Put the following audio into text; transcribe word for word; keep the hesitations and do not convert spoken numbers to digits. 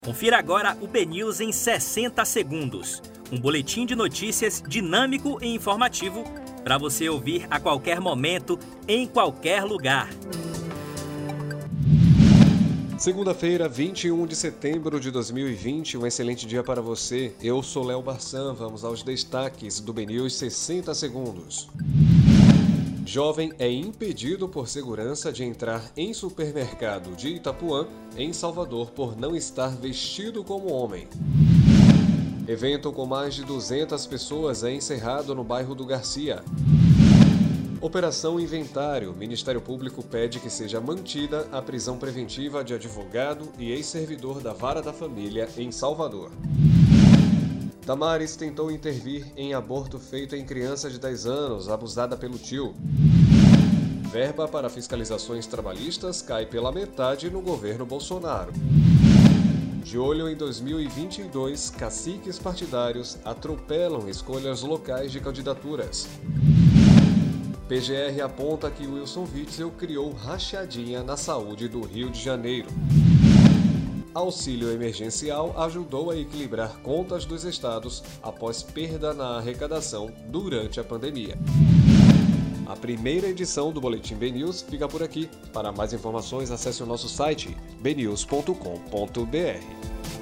Confira agora o B News em sessenta segundos. Um boletim de notícias dinâmico e informativo para você ouvir a qualquer momento, em qualquer lugar. Segunda-feira, vinte e um de setembro de dois mil e vinte, um excelente dia para você. Eu sou Léo Barçan, vamos aos destaques do B News sessenta segundos. Jovem é impedido por segurança de entrar em supermercado de Itapuã, em Salvador, por não estar vestido como homem. Evento com mais de duzentas pessoas é encerrado no bairro do Garcia. Operação Inventário. Ministério Público pede que seja mantida a prisão preventiva de advogado e ex-servidor da Vara da Família em Salvador. Damares tentou intervir em aborto feito em criança de dez anos, abusada pelo tio. Verba para fiscalizações trabalhistas cai pela metade no governo Bolsonaro. De olho em dois mil e vinte e dois, caciques partidários atropelam escolhas locais de candidaturas. P G R aponta que Wilson Witzel criou rachadinha na saúde do Rio de Janeiro. Auxílio emergencial ajudou a equilibrar contas dos estados após perda na arrecadação durante a pandemia. A primeira edição do Boletim B News fica por aqui. Para mais informações, acesse o nosso site b news ponto com ponto b r.